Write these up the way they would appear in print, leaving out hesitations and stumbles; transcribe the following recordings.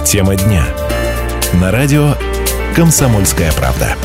Тема дня. На радио «Комсомольская правда».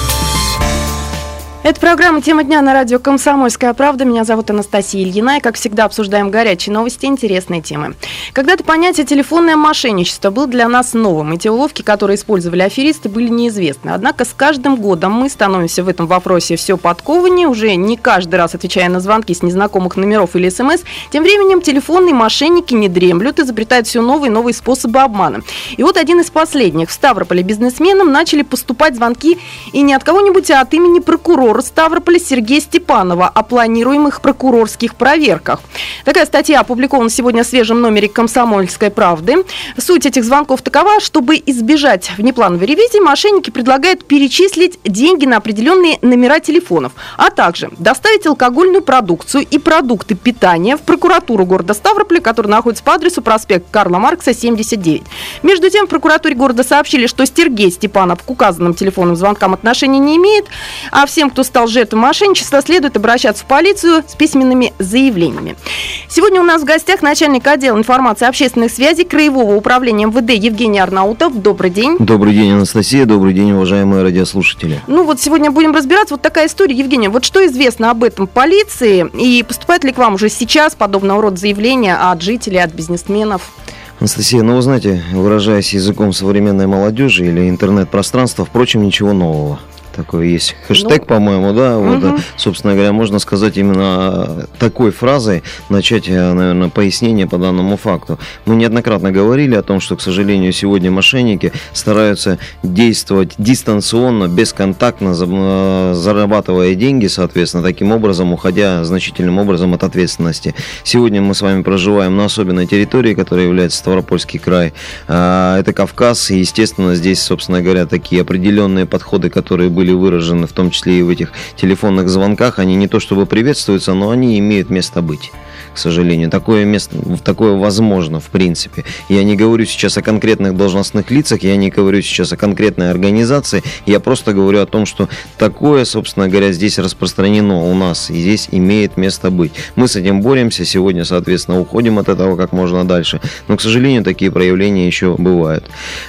Это программа «Тема дня» на радио «Комсомольская правда». Меня зовут Анастасия Ильина. И, как всегда, обсуждаем горячие новости и интересные темы. Когда-то понятие «телефонное мошенничество» было для нас новым. И те уловки, которые использовали аферисты, были неизвестны. Однако с каждым годом мы становимся в этом вопросе все подкованнее. Уже не каждый раз отвечая на звонки с незнакомых номеров или СМС. Тем временем телефонные мошенники не дремлют, изобретают все новые и новые способы обмана. И вот один из последних. В Ставрополе бизнесменам начали поступать звонки и не от кого-нибудь, а от имени прокурора Ставрополя Сергея Степанова о планируемых прокурорских проверках. Такая статья опубликована сегодня в свежем номере «Комсомольской правды». Суть этих звонков такова: чтобы избежать внеплановой ревизии, мошенники предлагают перечислить деньги на определенные номера телефонов, а также доставить алкогольную продукцию и продукты питания в прокуратуру города Ставрополя, которая находится по адресу проспект Карла Маркса, 79. Между тем, в прокуратуре города сообщили, что Сергей Степанов к указанным телефонным звонкам отношения не имеет, а всем, кто стал жертвой мошенничества, следует обращаться в полицию с письменными заявлениями. Сегодня у нас в гостях начальник отдела информации и общественных связей Краевого управления МВД Евгений Арнаутов. Добрый день. Добрый день, Анастасия. Добрый день, уважаемые радиослушатели. Ну вот сегодня будем разбираться. Вот такая история. Евгений, вот что известно об этом полиции? И поступает ли к вам уже сейчас подобного рода заявления от жителей, от бизнесменов? Анастасия, ну вы знаете, выражаясь языком современной молодежи или интернет-пространства, впрочем, ничего нового. Такой есть хэштег, по-моему, да, вот, собственно говоря, можно сказать именно такой фразой начать, наверное, пояснение по данному факту. Мы неоднократно говорили о том, что, к сожалению, сегодня мошенники стараются действовать дистанционно, бесконтактно, зарабатывая деньги, соответственно, таким образом уходя значительным образом от ответственности. Сегодня мы с вами проживаем на особенной территории, которая является Ставропольский край. Это Кавказ, и, естественно, здесь, собственно говоря, такие определенные подходы, которые были выражены, в том числе и в этих телефонных звонках, они не то чтобы приветствуются, но они имеют место быть. К сожалению, такое возможно, в принципе. Я не говорю сейчас о конкретных должностных лицах, я не говорю сейчас о конкретной организации, я просто говорю о том, что такое, собственно говоря, здесь распространено у нас, и здесь имеет место быть. Мы с этим боремся, сегодня, соответственно, уходим от этого как можно дальше, но, к сожалению, такие проявления еще бывают.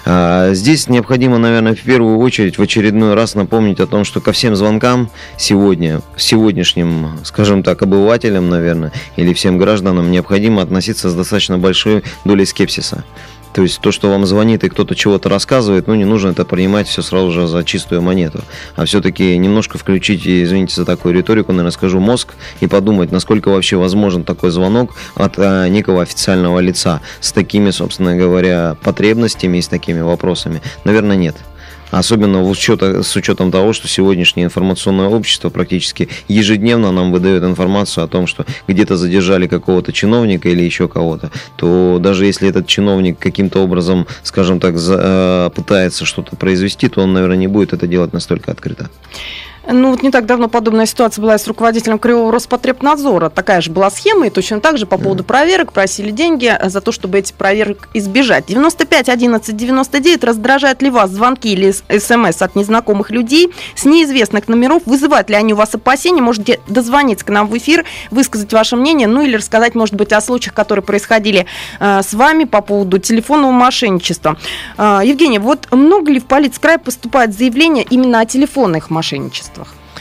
Здесь необходимо, наверное, в первую очередь, в очередной раз напомнить о том, что ко всем звонкам сегодняшним, скажем так, обывателям, наверное, или всем гражданам необходимо относиться с достаточно большой долей скепсиса. То есть то, что вам звонит и кто-то чего-то рассказывает, не нужно это принимать все сразу же за чистую монету. А все-таки немножко включить, извините за такую риторику, наверное, скажу, мозг и подумать, насколько вообще возможен такой звонок от некого официального лица с такими, собственно говоря, потребностями и с такими вопросами. Наверное, нет. Особенно с учетом того, что сегодняшнее информационное общество практически ежедневно нам выдает информацию о том, что где-то задержали какого-то чиновника или еще кого-то, то даже если этот чиновник каким-то образом, скажем так, пытается что-то произвести, то он, наверное, не будет это делать настолько открыто. Ну, вот не так давно подобная ситуация была с руководителем Краевого Роспотребнадзора. Такая же была схема, и точно так же по поводу проверок просили деньги за то, чтобы эти проверок избежать. 95 11 99. Раздражают ли вас звонки или СМС от незнакомых людей с неизвестных номеров? Вызывают ли они у вас опасения? Можете дозвониться к нам в эфир, высказать ваше мнение, или рассказать, может быть, о случаях, которые происходили с вами по поводу телефонного мошенничества. Евгений, вот много ли в полиции края поступает заявления именно о телефонных мошенничествах?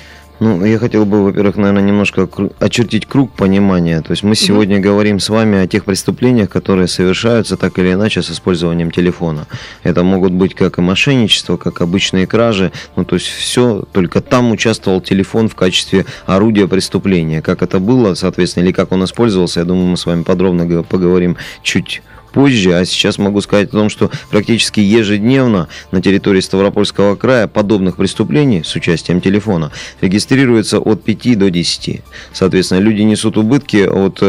Я хотел бы, во-первых, наверное, немножко очертить круг понимания. То есть мы сегодня говорим с вами о тех преступлениях, которые совершаются так или иначе с использованием телефона. Это могут быть как и мошенничество, как обычные кражи. То есть все, только там участвовал телефон в качестве орудия преступления. Как это было, соответственно, или как он использовался, я думаю, мы с вами подробно поговорим чуть позже, а сейчас могу сказать о том, что практически ежедневно на территории Ставропольского края подобных преступлений с участием телефона регистрируется от 5 до 10. Соответственно, люди несут убытки от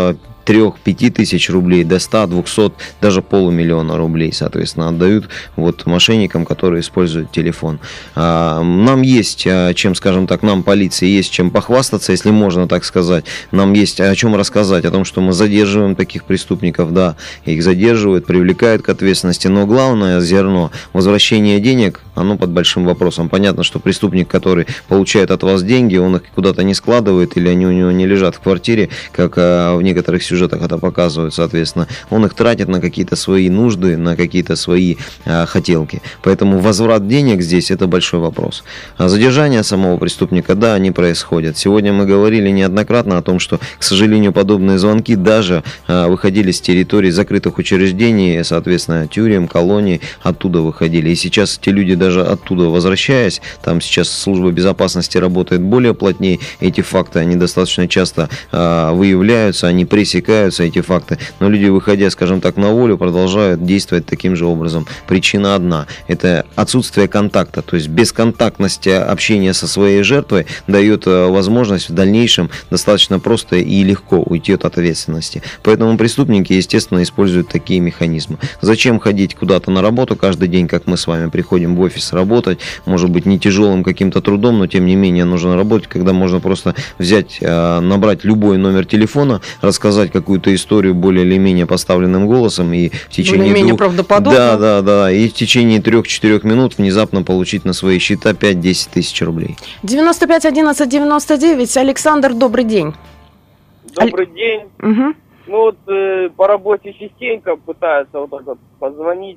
3-5 тысяч рублей до 100-200, даже 500 000 рублей, соответственно, отдают мошенникам, которые используют телефон. Нам есть чем, скажем так, нам, полиции, есть чем похвастаться, если можно так сказать. Нам есть о чем рассказать, о том, что мы задерживаем таких преступников, да, их задерживают, привлекают к ответственности, но главное зерно, возвращение денег, оно под большим вопросом. Понятно, что преступник, который получает от вас деньги, он их куда-то не складывает, или они у него не лежат в квартире, как в некоторых сюжетах это показывают, соответственно, он их тратит на какие-то свои нужды, на какие-то свои хотелки. Поэтому возврат денег здесь – это большой вопрос. А задержание самого преступника, да, они происходят. Сегодня мы говорили неоднократно о том, что, к сожалению, подобные звонки даже выходили с территории закрытых учреждений, соответственно, тюрем, колоний, оттуда выходили. И сейчас эти люди даже оттуда возвращаясь, там сейчас служба безопасности работает более плотнее, эти факты, они достаточно часто выявляются, они пресекаются, эти факты, но люди, выходя, скажем так, на волю, продолжают действовать таким же образом. Причина одна – это отсутствие контакта, то есть бесконтактность общения со своей жертвой дает возможность в дальнейшем достаточно просто и легко уйти от ответственности. Поэтому преступники, естественно, используют такие механизмы. Зачем ходить куда-то на работу каждый день, как мы с вами приходим в офис работать, может быть, не тяжелым каким-то трудом, но тем не менее нужно работать, когда можно просто взять, набрать любой номер телефона, рассказать какую-то историю более или менее поставленным голосом и в течение более-менее правдоподобно. Да, и в течение 3-4 минут внезапно получить на свои счета 5-10 тысяч рублей. 95 11 99. Александр, добрый день. Добрый день. Угу. Ну вот по работе частенько пытаются вот так вот позвонить.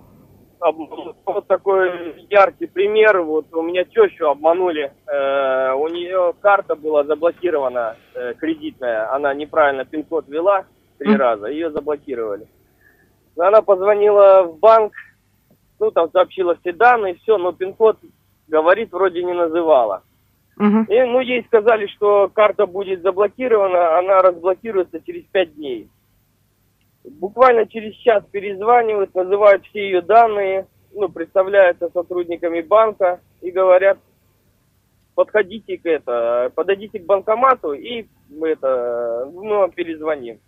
Вот такой яркий пример. Вот у меня тещу обманули. У нее карта была заблокирована, кредитная. Она неправильно пин-код ввела 3 раза, ее заблокировали. Она позвонила в банк, ну там сообщила все данные, все, но пин-код, говорит, вроде не называла. И, ей сказали, что карта будет заблокирована, она разблокируется через 5 дней. Буквально через час перезванивают, называют все ее данные, представляются сотрудниками банка и говорят, подойдите к банкомату и мы вам перезвоним.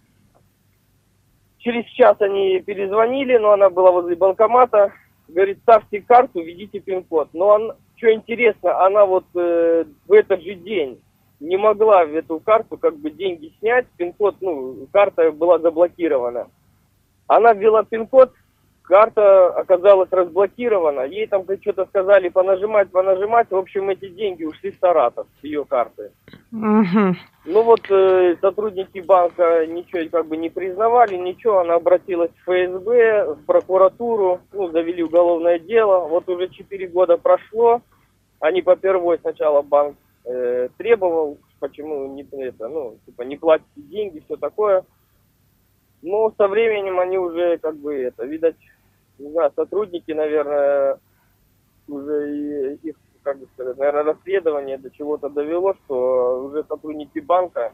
Через час они перезвонили, но она была возле банкомата, говорит, ставьте карту, введите пин-код. Но что интересно, она вот в этот же день не могла в эту карту деньги снять, пин-код, карта была заблокирована. Она ввела пин-код, карта оказалась разблокирована, ей там что-то сказали понажимать, в общем, эти деньги ушли в Саратов с ее карты. Сотрудники банка ничего не признавали, ничего, она обратилась в ФСБ, в прокуратуру, завели уголовное дело, вот уже 4 года прошло, они попервой сначала банк требовал, почему не платите деньги, все такое. Но со временем они уже видать, не знаю, сотрудники, наверное, уже их, расследование до чего-то довело, что уже сотрудники банка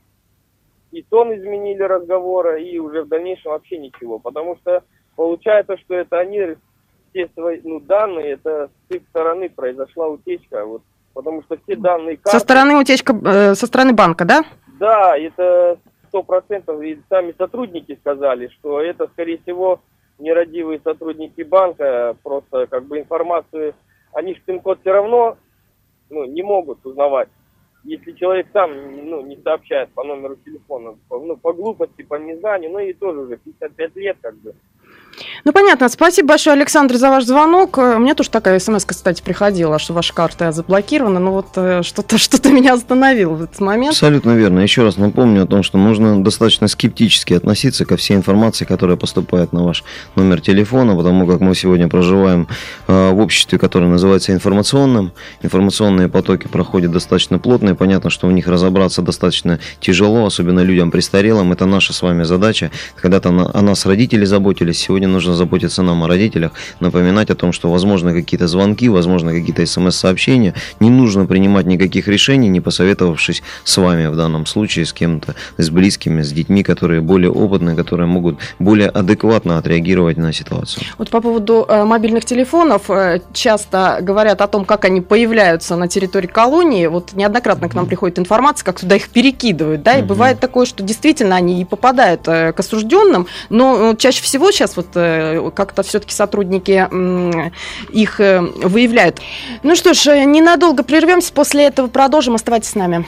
и тон изменили разговора, и уже в дальнейшем вообще ничего. Потому что получается, что это они все свои данные, это с их стороны произошла утечка, потому что все данные карты... Со стороны банка, да? Да, это 100%. И сами сотрудники сказали, что это, скорее всего, нерадивые сотрудники банка, просто информацию... Они же пин-код все равно не могут узнавать. Если человек сам не сообщает по номеру телефона, по глупости, по незнанию, и тоже уже 55 лет понятно. Спасибо большое, Александр, за ваш звонок. Мне тоже такая смс, кстати, приходила, что ваша карта заблокирована, но что-то меня остановило в этот момент. Абсолютно верно. Еще раз напомню о том, что нужно достаточно скептически относиться ко всей информации, которая поступает на ваш номер телефона, потому как мы сегодня проживаем в обществе, которое называется информационным. Информационные потоки проходят достаточно плотно, и понятно, что в них разобраться достаточно тяжело, особенно людям престарелым. Это наша с вами задача. Когда-то о нас родители заботились, сегодня нужно заботиться нам о родителях, напоминать о том, что возможно какие-то звонки, возможно какие-то смс-сообщения, не нужно принимать никаких решений, не посоветовавшись с вами в данном случае, с кем-то, с близкими, с детьми, которые более опытные, которые могут более адекватно отреагировать на ситуацию. По поводу мобильных телефонов часто говорят о том, как они появляются на территории колонии. Неоднократно к нам приходит информация, как туда их перекидывают, да, и бывает такое, что действительно они и попадают к осужденным, но чаще всего сейчас как-то все-таки сотрудники их выявляют. Ну что ж, ненадолго прервемся, после этого продолжим. Оставайтесь с нами.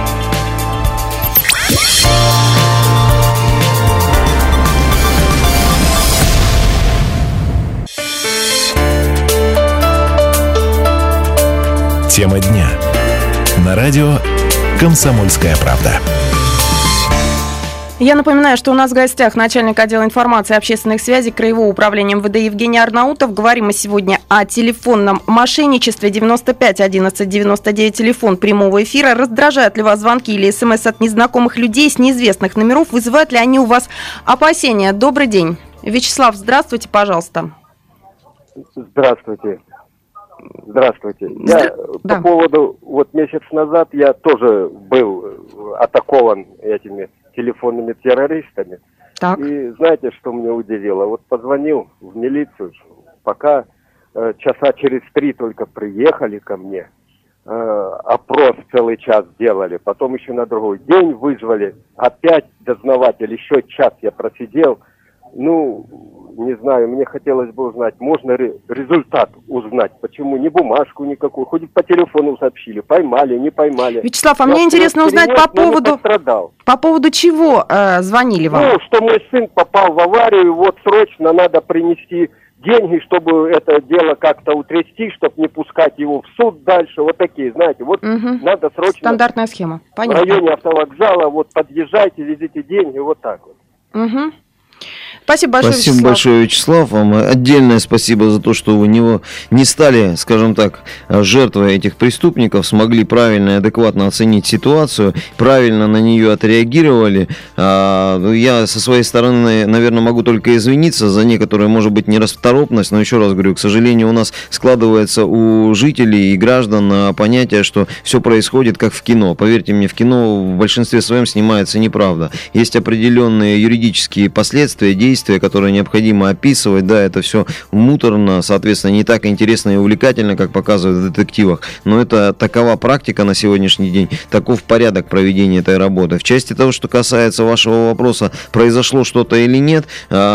Тема дня. На радио «Комсомольская правда». Я напоминаю, что у нас в гостях начальник отдела информации и общественных связей Краевого управления МВД Евгений Арнаутов. Говорим мы сегодня о телефонном мошенничестве. 95 11 99, телефон прямого эфира. Раздражают ли вас звонки или смс от незнакомых людей с неизвестных номеров? Вызывают ли они у вас опасения? Добрый день. Вячеслав, здравствуйте, пожалуйста. Здравствуйте. По поводу, вот месяц назад я тоже был атакован этими телефонными террористами. Так. И знаете, что меня удивило? Вот позвонил в милицию, пока часа через 3 только приехали ко мне, опрос целый час делали, потом еще на другой день вызвали, опять дознаватель, еще час я просидел. Не знаю, мне хотелось бы узнать, можно результат узнать, почему не бумажку никакую, хоть по телефону сообщили, поймали, не поймали. Вячеслав, мне интересно узнать по поводу чего звонили вам? Что мой сын попал в аварию, вот срочно надо принести деньги, чтобы это дело как-то утрясти, чтобы не пускать его в суд дальше, вот такие, знаете, надо срочно. Стандартная схема, понятно. В районе автовокзала, вот подъезжайте, везите деньги, вот так вот. Угу. Спасибо большое, Спасибо Вячеслав. большое, Вячеслав. Вам отдельное спасибо за то, что вы не стали, скажем так, жертвой этих преступников, смогли правильно и адекватно оценить ситуацию, правильно на нее отреагировали. Я со своей стороны, наверное, могу только извиниться за некоторую, может быть, нерасторопность, но еще раз говорю, к сожалению, у нас складывается у жителей и граждан понятие, что все происходит как в кино. Поверьте мне, в кино в большинстве своем снимается неправда. Есть определенные юридические последствия, действия, которые необходимо описывать, да, это все муторно, соответственно, не так интересно и увлекательно, как показывают в детективах, но это такова практика на сегодняшний день, таков порядок проведения этой работы. В части того, что касается вашего вопроса, произошло что-то или нет,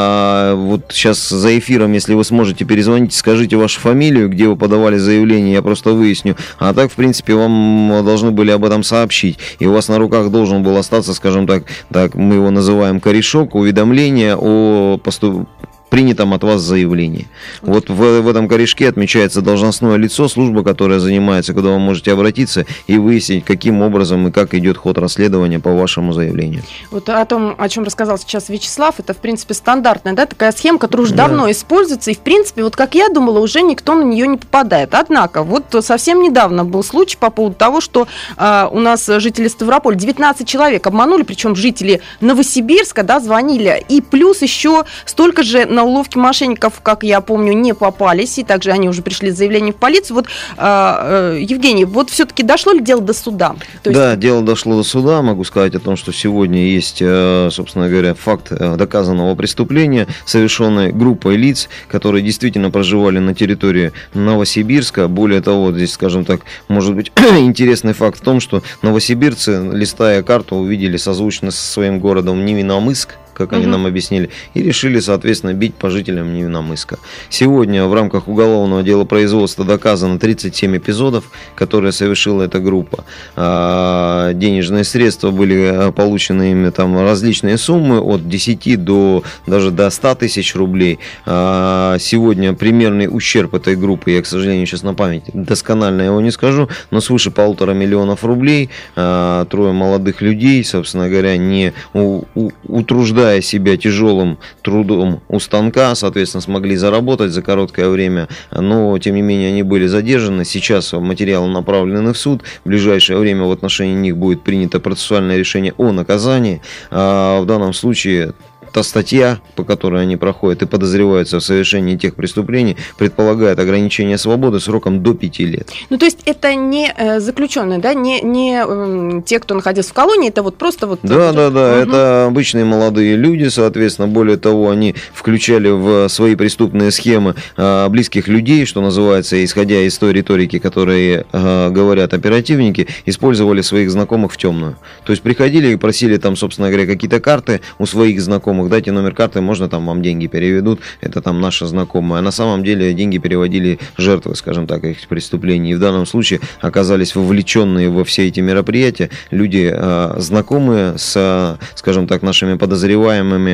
вот сейчас за эфиром, если вы сможете перезвонить, скажите вашу фамилию, где вы подавали заявление, я просто выясню, а так, в принципе, вам должны были об этом сообщить, и у вас на руках должен был остаться, скажем так, мы его называем корешок, уведомление о принятом от вас заявлении. Вот в этом корешке отмечается должностное лицо, служба, которая занимается, куда вы можете обратиться и выяснить, каким образом и как идет ход расследования по вашему заявлению. Вот о том, о чем рассказал сейчас Вячеслав, это, в принципе, стандартная, да, такая схема, которая уже давно используется, и, в принципе, вот как я думала, уже никто на нее не попадает. Однако, вот совсем недавно был случай по поводу того, что у нас жители Ставрополя, 19 человек обманули, причем жители Новосибирска, да, звонили, и плюс еще столько же на уловки мошенников, как я помню, не попались, и также они уже пришли с заявлением в полицию. Вот, Евгений, вот все-таки дошло ли дело до суда? Да, дело дошло до суда. Могу сказать о том, что сегодня есть, собственно говоря, факт доказанного преступления, совершенной группой лиц, которые действительно проживали на территории Новосибирска. Более того, здесь, скажем так, может быть интересный факт в том, что новосибирцы, листая карту, увидели созвучно со своим городом Невинномысск, как они нам объяснили, и решили, соответственно, бить по жителям Невинномысска. Сегодня в рамках уголовного дела производства доказано 37 эпизодов, которые совершила эта группа. Денежные средства были получены ими, там различные суммы, от 10 до даже до 100 тысяч рублей. Сегодня примерный ущерб этой группы, я, к сожалению, сейчас на память досконально его не скажу, но свыше 1,5 миллиона рублей. Трое молодых людей, собственно говоря, не утруждая себя тяжелым трудом у станка, соответственно, смогли заработать за короткое время, но, тем не менее, они были задержаны. Сейчас материалы направлены в суд. В ближайшее время в отношении них будет принято процессуальное решение о наказании. В данном случае та статья, по которой они проходят и подозреваются в совершении тех преступлений, предполагает ограничение свободы сроком до 5 лет. Ну, то есть это не заключенные, да, не те, кто находился в колонии, это вот просто вот... Да, это обычные молодые люди, соответственно, более того, они включали в свои преступные схемы близких людей, что называется, исходя из той риторики, которые говорят оперативники, использовали своих знакомых в темную. То есть приходили и просили там, собственно говоря, какие-то карты у своих знакомых, знакомых, дайте номер карты, можно там вам деньги переведут, это там наши знакомые. А на самом деле деньги переводили жертвы, скажем так, их преступлений. И в данном случае оказались вовлеченные во все эти мероприятия люди, знакомые с, скажем так, нашими подозреваемыми.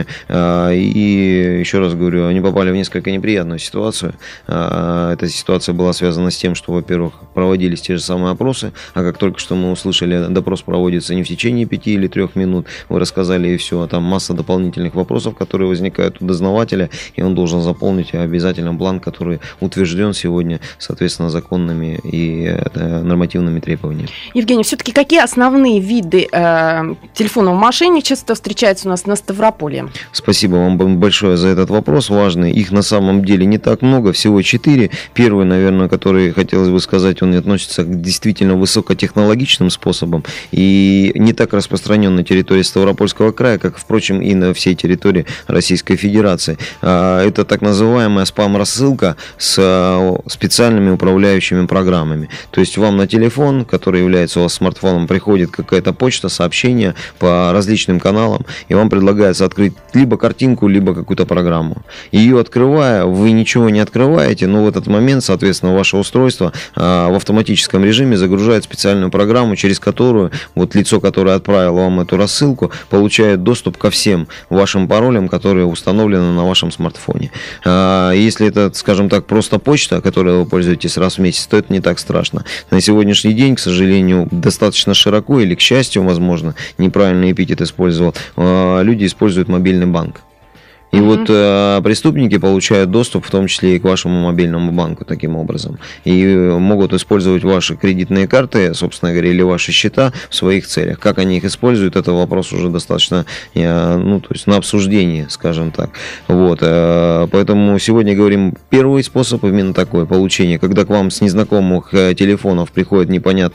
И еще раз говорю, они попали в несколько неприятную ситуацию. Эта ситуация была связана с тем, что, во-первых, проводились те же самые опросы, а как только что мы услышали, допрос проводится не в течение 5 или 3 минут, вы рассказали и все, а там масса дополнительных вопросов, которые возникают у дознавателя, и он должен заполнить обязательно бланк, который утвержден сегодня, соответственно, законными и нормативными требованиями. Евгений, все-таки какие основные виды телефонного мошенничества встречаются у нас на Ставрополье? Спасибо вам большое за этот вопрос, важный. Их на самом деле не так много, всего 4. Первый, наверное, который хотелось бы сказать, он относится к действительно высокотехнологичным способам и не так распространен на территории Ставропольского края, как, впрочем, и на всей территории Российской Федерации. Это так называемая спам-рассылка с специальными управляющими программами. То есть вам на телефон, который является у вас смартфоном, приходит какая-то почта, сообщение по различным каналам, и вам предлагается открыть либо картинку, либо какую-то программу. Ее открывая, вы ничего не открываете, но в этот момент, соответственно, ваше устройство в автоматическом режиме загружает специальную программу, через которую вот лицо, которое отправило вам эту рассылку, получает доступ ко всем вашим паролям, которые установлены на вашем смартфоне. Если это, скажем так, просто почта, которой вы пользуетесь раз в месяц, то это не так страшно. На сегодняшний день, к сожалению, достаточно широко, или к счастью, возможно, неправильный эпитет использовал, люди используют мобильный банк. И вот преступники получают доступ, в том числе и к вашему мобильному банку таким образом. И могут использовать ваши кредитные карты, собственно говоря, или ваши счета в своих целях. Как они их используют, это вопрос уже достаточно, то есть на обсуждении, скажем так. Вот. Поэтому сегодня говорим, первый способ именно такой, получение. Когда к вам с незнакомых телефонов приходят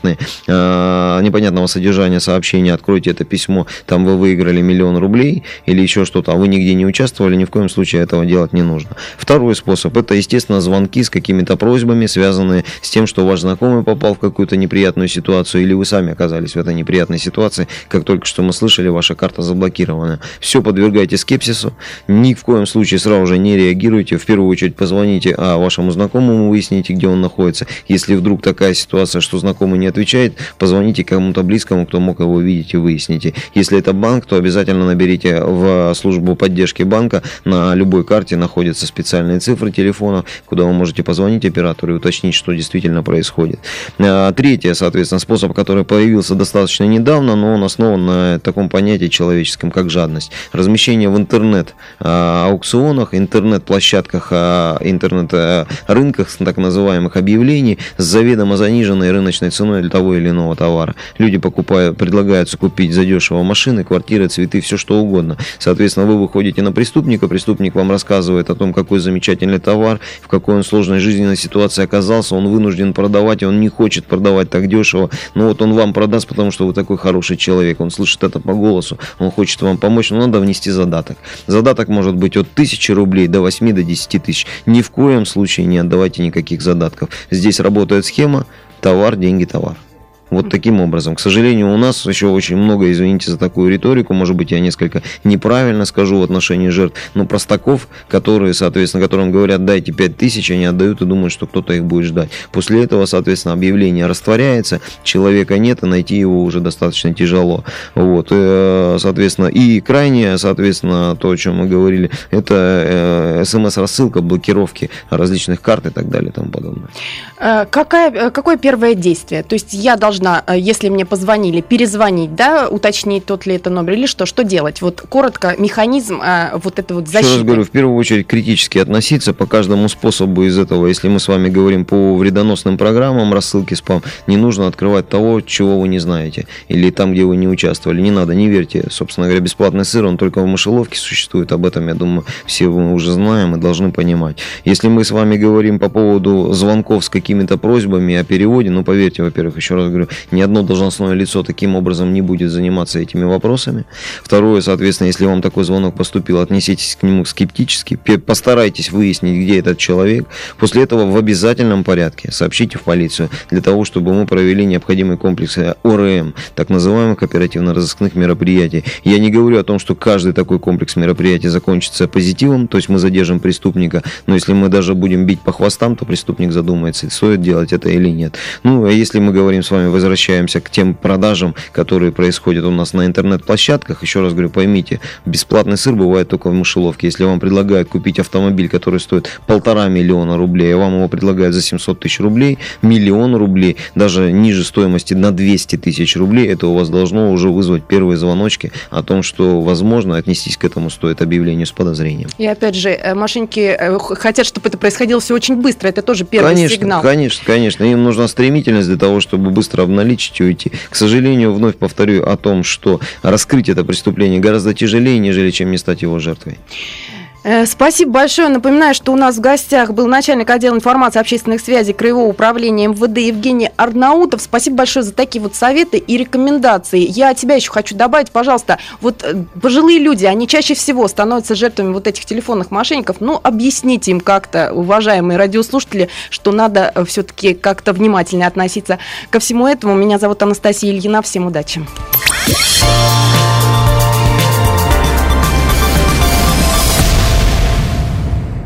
непонятного содержания сообщения, откройте это письмо, там вы выиграли 1 000 000 рублей или еще что-то, а вы нигде не участвовали, ни в коем случае этого делать не нужно. Второй способ – это, естественно, звонки с какими-то просьбами, связанные с тем, что ваш знакомый попал в какую-то неприятную ситуацию, или вы сами оказались в этой неприятной ситуации, как только что мы слышали, ваша карта заблокирована. Все подвергайте скепсису, ни в коем случае сразу же не реагируйте, в первую очередь позвоните вашему знакомому, выясните, где он находится. Если вдруг такая ситуация, что знакомый не отвечает, позвоните кому-то близкому, кто мог его видеть, и выясните. Если это банк, то обязательно наберите в службу поддержки банка. На любой карте находятся специальные цифры телефона, куда вы можете позвонить оператору и уточнить, что действительно происходит. Третий, соответственно, способ, который появился достаточно недавно, но он основан на таком понятии человеческом, как жадность. Размещение в интернет-аукционах, интернет-площадках, интернет-рынках, так называемых объявлений с заведомо заниженной рыночной ценой для того или иного товара. Люди предлагаются купить задешево машины, квартиры, цветы, все что угодно. Соответственно, вы выходите на преступника, преступник вам рассказывает о том, какой замечательный товар, в какой он сложной жизненной ситуации оказался, он вынужден продавать, и он не хочет продавать так дешево, но вот он вам продаст, потому что вы такой хороший человек, он слышит это по голосу, он хочет вам помочь, но надо внести задаток. Задаток может быть от 1000 рублей до 8 до 10 тысяч. Ни в коем случае не отдавайте никаких задатков. Здесь работает схема товар, деньги, товар. Вот таким образом. К сожалению, у нас еще очень много, извините за такую риторику, может быть, я несколько неправильно скажу в отношении жертв, но простаков, которые, соответственно, которым говорят, дайте 5000, они отдают и думают, что кто-то их будет ждать. После этого, соответственно, объявление растворяется, человека нет, и найти его уже достаточно тяжело. Вот. Соответственно, и крайнее, соответственно, то, о чем мы говорили, это СМС-рассылка, блокировки различных карт и так далее и тому подобное. Какое первое действие? То есть я должна, если мне позвонили, перезвонить, да, уточнить, тот ли это номер, или что делать? Вот коротко, механизм вот этой вот защиты. Еще раз говорю, в первую очередь критически относиться по каждому способу из этого. Если мы с вами говорим по вредоносным программам, рассылки, спам, не нужно открывать того, чего вы не знаете, или там, где вы не участвовали. Не надо, не верьте. Собственно говоря, бесплатный сыр, он только в мышеловке существует. Об этом, я думаю, все мы уже знаем и должны понимать. Если мы с вами говорим по поводу звонков с какими-то просьбами о переводе, ну, поверьте, во-первых, еще раз говорю, ни одно должностное лицо таким образом не будет заниматься этими вопросами. Второе, соответственно, если вам такой звонок поступил, отнеситесь к нему скептически, постарайтесь выяснить, где этот человек. После этого в обязательном порядке сообщите в полицию, для того, чтобы мы провели необходимый комплекс ОРМ, так называемых оперативно-розыскных мероприятий. Я не говорю о том, что каждый такой комплекс мероприятий закончится позитивом, то есть мы задержим преступника, но если мы даже будем бить по хвостам, то преступник задумается, стоит делать это или нет. Ну, а если мы говорим с вами, возвращаемся к тем продажам, которые происходят у нас на интернет-площадках, еще раз говорю, поймите, бесплатный сыр бывает только в мышеловке. Если вам предлагают купить автомобиль, который стоит 1,5 миллиона рублей, а вам его предлагают за 700 тысяч рублей, 1 000 000 рублей, даже ниже стоимости на 200 тысяч рублей, это у вас должно уже вызвать первые звоночки о том, что, возможно, отнестись к этому стоит объявлению с подозрением. И опять же, мошенники хотят, чтобы это происходило все очень быстро, это тоже первый сигнал. Конечно. Им нужна стремительность для того, чтобы быстро обналичить и уйти. К сожалению, вновь повторю о том, что раскрыть это преступление гораздо тяжелее, нежели чем не стать его жертвой. Спасибо большое. Напоминаю, что у нас в гостях был начальник отдела информации и общественных связей Краевого управления МВД Евгений Арнаутов. Спасибо большое за такие вот советы и рекомендации. Я от тебя еще хочу добавить, пожалуйста, вот пожилые люди, они чаще всего становятся жертвами вот этих телефонных мошенников. Ну, объясните им как-то, уважаемые радиослушатели, что надо все-таки как-то внимательнее относиться ко всему этому. Меня зовут Анастасия Ильина. Всем удачи.